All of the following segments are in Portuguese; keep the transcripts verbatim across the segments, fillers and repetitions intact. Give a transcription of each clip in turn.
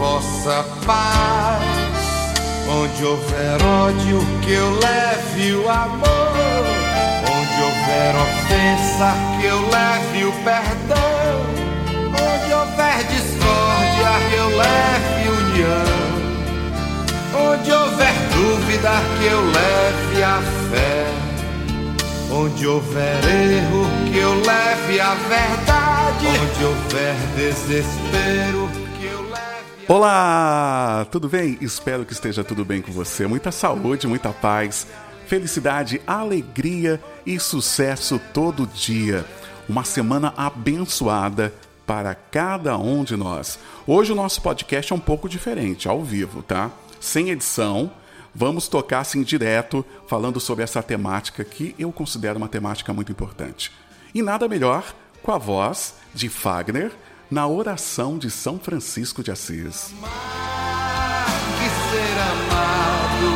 vossa paz. Onde houver ódio, que eu leve o amor. Onde houver ofensa, que eu leve o perdão. Onde houver discórdia, que eu leve união. Onde houver dúvida, que eu leve a fé. Onde houver erro, que eu leve a verdade. Onde houver desespero, que eu leve a... Olá, tudo bem? Espero que esteja tudo bem com você. Muita saúde, muita paz, felicidade, alegria e sucesso todo dia. Uma semana abençoada para cada um de nós. Hoje o nosso podcast é um pouco diferente, ao vivo, tá? Sem edição. Vamos tocar assim direto, falando sobre essa temática que eu considero uma temática muito importante. E nada melhor com a voz de Fagner na oração de São Francisco de Assis. Amar que ser amado,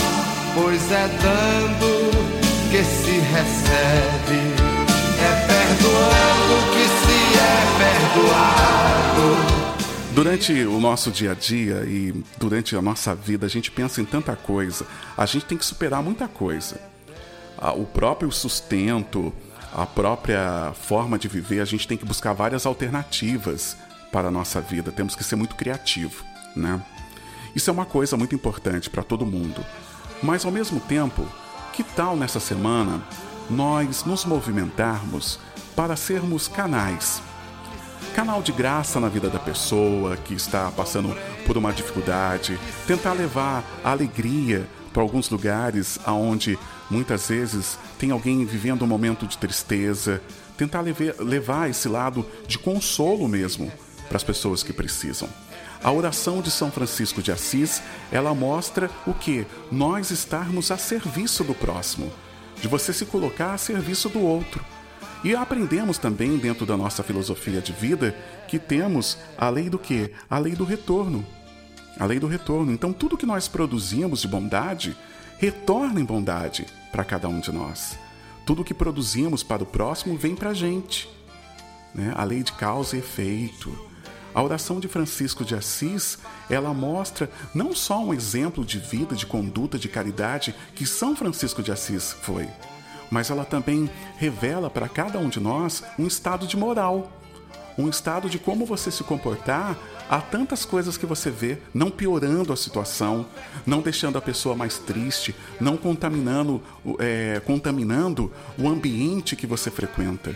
pois é dando que se recebe, é perdoando que se é perdoado. Durante o nosso dia a dia e durante a nossa vida, a gente pensa em tanta coisa. A gente tem que superar muita coisa. O próprio sustento, a própria forma de viver, a gente tem que buscar várias alternativas para a nossa vida. Temos que ser muito criativo, né? Isso é uma coisa muito importante para todo mundo. Mas, ao mesmo tempo, que tal nessa semana nós nos movimentarmos para sermos canais? Canal de graça na vida da pessoa que está passando por uma dificuldade, tentar levar a alegria para alguns lugares onde muitas vezes tem alguém vivendo um momento de tristeza, tentar levar esse lado de consolo mesmo para as pessoas que precisam. A oração de São Francisco de Assis, ela mostra o que? Nós estarmos a serviço do próximo, de você se colocar a serviço do outro. E aprendemos também, dentro da nossa filosofia de vida, que temos a lei do quê? A lei do retorno. A lei do retorno. Então, tudo que nós produzimos de bondade, retorna em bondade para cada um de nós. Tudo que produzimos para o próximo vem para a gente, né? A lei de causa e efeito. A oração de Francisco de Assis, ela mostra não só um exemplo de vida, de conduta, de caridade que São Francisco de Assis foi, mas ela também revela para cada um de nós um estado de moral, um estado de como você se comportar a tantas coisas que você vê, não piorando a situação, não deixando a pessoa mais triste, não contaminando, é, contaminando o ambiente que você frequenta.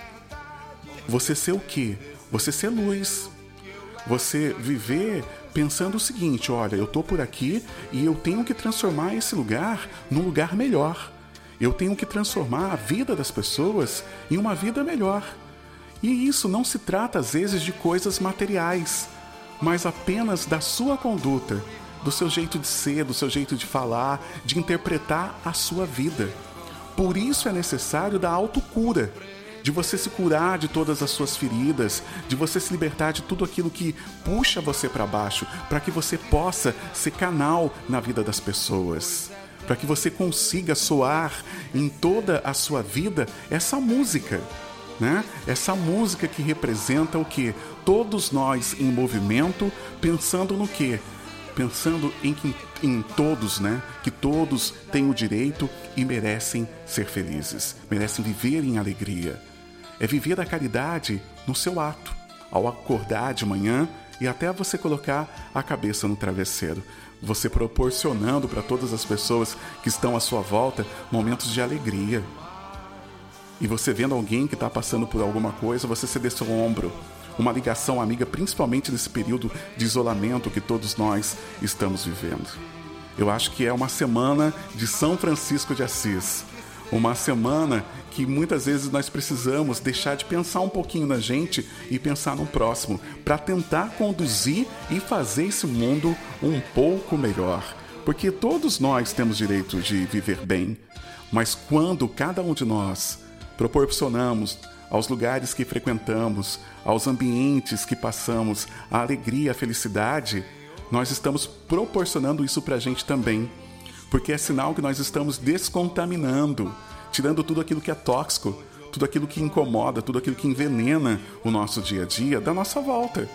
Você ser o quê? Você ser luz. Você viver pensando o seguinte, olha, eu estou por aqui e eu tenho que transformar esse lugar num lugar melhor. Eu tenho que transformar a vida das pessoas em uma vida melhor. E isso não se trata, às vezes, de coisas materiais, mas apenas da sua conduta, do seu jeito de ser, do seu jeito de falar, de interpretar a sua vida. Por isso é necessário da autocura, de você se curar de todas as suas feridas, de você se libertar de tudo aquilo que puxa você para baixo, para que você possa ser canal na vida das pessoas. Para que você consiga soar em toda a sua vida essa música, né? Essa música que representa o quê? Todos nós em movimento, pensando no quê? Pensando em, que, em todos, né? Que todos têm o direito e merecem ser felizes, merecem viver em alegria. É viver a caridade no seu ato, ao acordar de manhã e até você colocar a cabeça no travesseiro. Você proporcionando para todas as pessoas que estão à sua volta momentos de alegria. E você vendo alguém que está passando por alguma coisa, você ceder seu ombro. Uma ligação amiga, principalmente nesse período de isolamento que todos nós estamos vivendo. Eu acho que é uma semana de São Francisco de Assis. Uma semana que muitas vezes nós precisamos deixar de pensar um pouquinho na gente e pensar no próximo, para tentar conduzir e fazer esse mundo um pouco melhor. Porque todos nós temos direito de viver bem, mas quando cada um de nós proporcionamos aos lugares que frequentamos, aos ambientes que passamos, a alegria, a felicidade, nós estamos proporcionando isso para a gente também. Porque é sinal que nós estamos descontaminando, tirando tudo aquilo que é tóxico, tudo aquilo que incomoda, tudo aquilo que envenena o nosso dia a dia da nossa volta.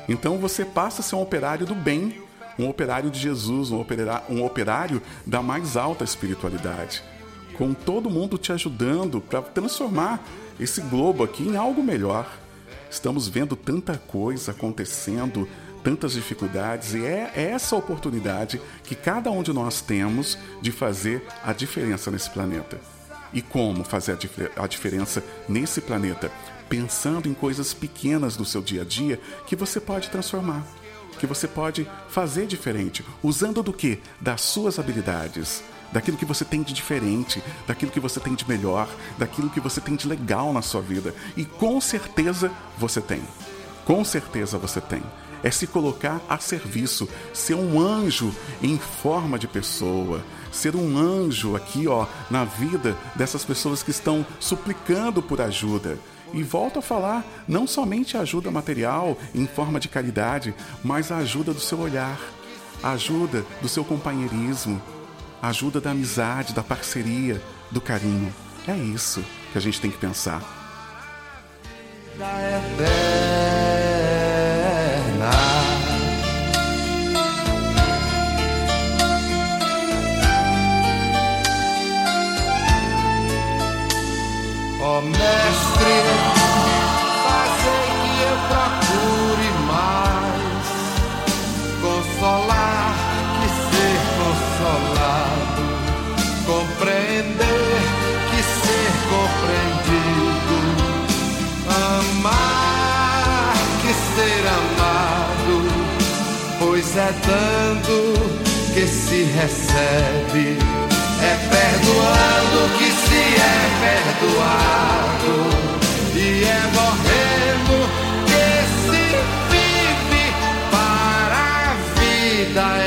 Então você passa a ser um operário do bem, um operário de Jesus, um operário, um operário da mais alta espiritualidade, com todo mundo te ajudando para transformar esse globo aqui em algo melhor. Estamos vendo tanta coisa acontecendo, tantas dificuldades, e é essa oportunidade que cada um de nós temos de fazer a diferença nesse planeta. E como fazer a, dif- a diferença nesse planeta? Pensando em coisas pequenas do seu dia a dia que você pode transformar, que você pode fazer diferente, usando do quê? Das suas habilidades, daquilo que você tem de diferente, daquilo que você tem de melhor, daquilo que você tem de legal na sua vida. E com certeza você tem. Com certeza você tem. É se colocar a serviço, ser um anjo em forma de pessoa, ser um anjo aqui, ó, na vida dessas pessoas que estão suplicando por ajuda. E volto a falar, não somente a ajuda material em forma de caridade, mas a ajuda do seu olhar, a ajuda do seu companheirismo, a ajuda da amizade, da parceria, do carinho. É isso que a gente tem que pensar. Da eterna. Ó mestre, fazei que eu procure mais consolar que ser consolado, compreender que ser compreendido, amar que ser amado, pois é dando que se recebe, é perdoando que se é perdoado, e é morrendo que se vive para a vida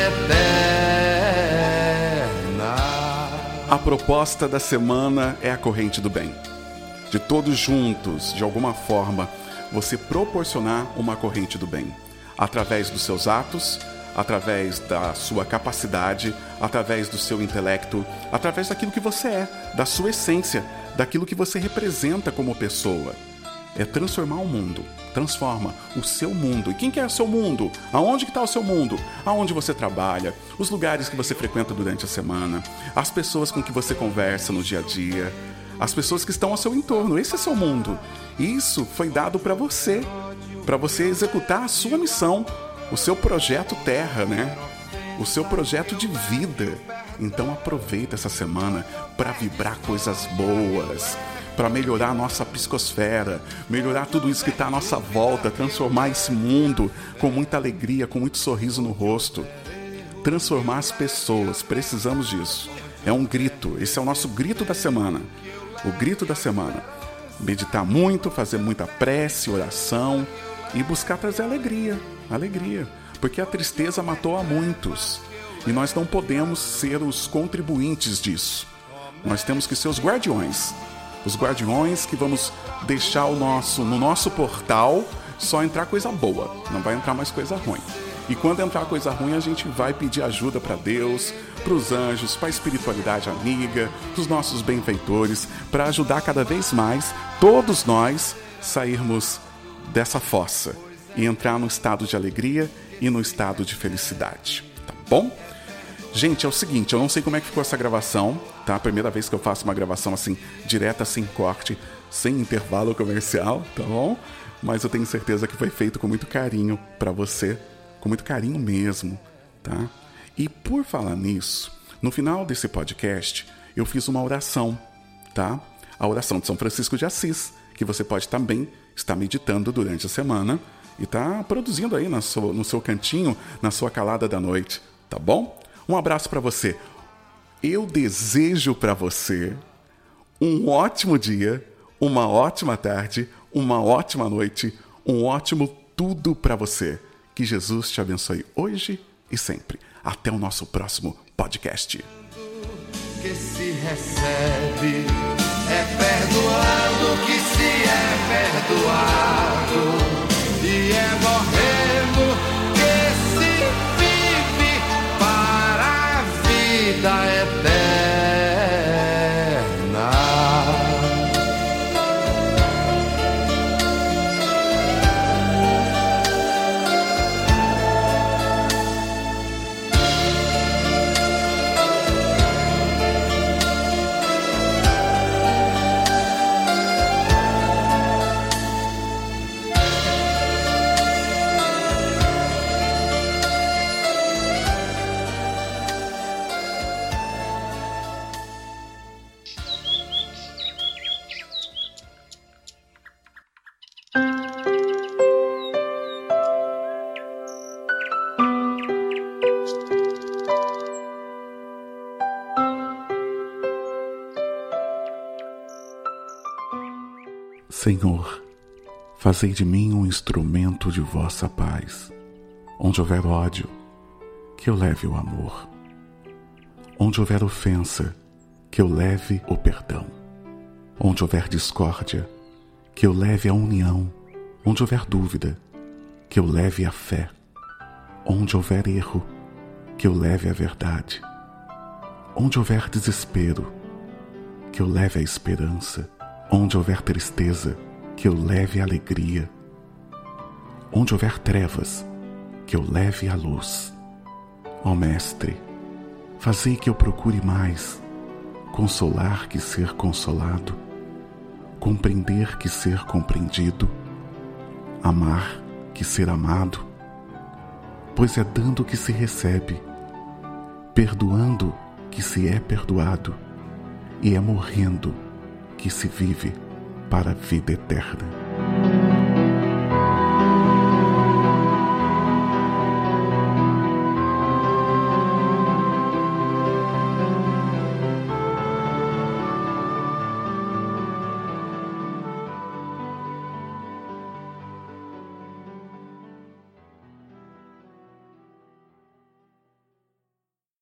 eterna. A proposta da semana é a corrente do bem. De todos juntos, de alguma forma, você proporcionar uma corrente do bem. Através dos seus atos, através da sua capacidade, através do seu intelecto, através daquilo que você é, da sua essência, daquilo que você representa como pessoa. É transformar o mundo. Transforma o seu mundo. E quem que é o seu mundo? Aonde que está o seu mundo? Aonde você trabalha? Os lugares que você frequenta durante a semana? As pessoas com que você conversa no dia a dia? As pessoas que estão ao seu entorno? Esse é seu mundo. Isso foi dado para você, para você executar a sua missão, o seu projeto Terra, né? O seu projeto de vida. Então aproveita essa semana para vibrar coisas boas, para melhorar a nossa psicosfera, melhorar tudo isso que está à nossa volta, transformar esse mundo com muita alegria, com muito sorriso no rosto. Transformar as pessoas, precisamos disso. É um grito, esse é o nosso grito da semana. O grito da semana. Meditar muito, fazer muita prece, oração e buscar trazer alegria. Alegria, porque a tristeza matou a muitos e nós não podemos ser os contribuintes disso. Nós temos que ser os guardiões, os guardiões que vamos deixar o nosso, no nosso portal só entrar coisa boa, não vai entrar mais coisa ruim. E quando entrar coisa ruim, a gente vai pedir ajuda para Deus, para os anjos, para a espiritualidade amiga, para os nossos benfeitores, para ajudar cada vez mais todos nós sairmos dessa fossa e entrar no estado de alegria e no estado de felicidade, tá bom? Gente, é o seguinte, eu não sei como é que ficou essa gravação, tá? Primeira vez que eu faço uma gravação assim, direta, sem corte, sem intervalo comercial, tá bom? Mas eu tenho certeza que foi feito com muito carinho pra você, com muito carinho mesmo, tá? E por falar nisso, no final desse podcast, eu fiz uma oração, tá? A oração de São Francisco de Assis, que você pode também estar meditando durante a semana, e tá produzindo aí no seu, no seu cantinho, na sua calada da noite, tá bom? Um abraço para você. Eu desejo para você um ótimo dia, uma ótima tarde, uma ótima noite, um ótimo tudo para você. Que Jesus te abençoe hoje e sempre. Até o nosso próximo podcast. Que se recebe é perdoando que se é perdoado. E é morrendo que se vive para a vida eterna. Senhor, fazei de mim um instrumento de vossa paz. Onde houver ódio, que eu leve o amor. Onde houver ofensa, que eu leve o perdão. Onde houver discórdia, que eu leve a união. Onde houver dúvida, que eu leve a fé. Onde houver erro, que eu leve a verdade. Onde houver desespero, que eu leve a esperança. Onde houver tristeza, que eu leve a alegria. Onde houver trevas, que eu leve a luz. Ó Mestre, fazei que eu procure mais consolar que ser consolado, compreender que ser compreendido, amar que ser amado, pois é dando que se recebe, perdoando que se é perdoado, e é morrendo que se vive para a vida eterna.